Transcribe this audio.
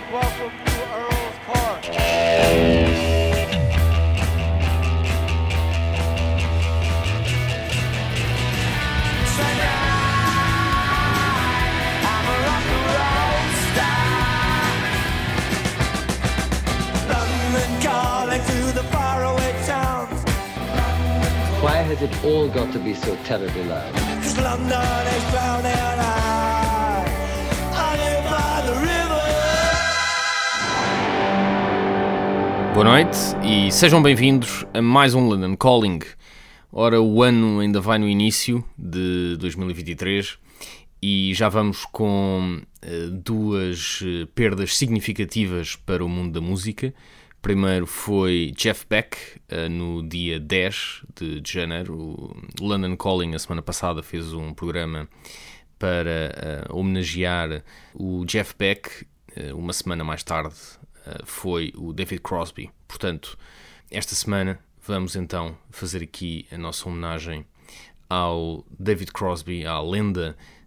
Welcome to Earl's Park. I'm a rock and roll star. London calling to the faraway towns. Why has it all got to be so terribly loud? 'Cause London is drowning out. I live by the river. Boa noite e sejam bem-vindos a mais um London Calling. Ora, o ano ainda vai no início de 2023 e já vamos com duas perdas significativas para o mundo da música. Primeiro foi Jeff Beck, no dia 10 de janeiro. O London Calling, a semana passada, fez um programa para homenagear o Jeff Beck. Uma semana mais tarde foi o David Crosby. Portanto, esta semana vamos então fazer aqui a nossa homenagem ao David Crosby, à lenda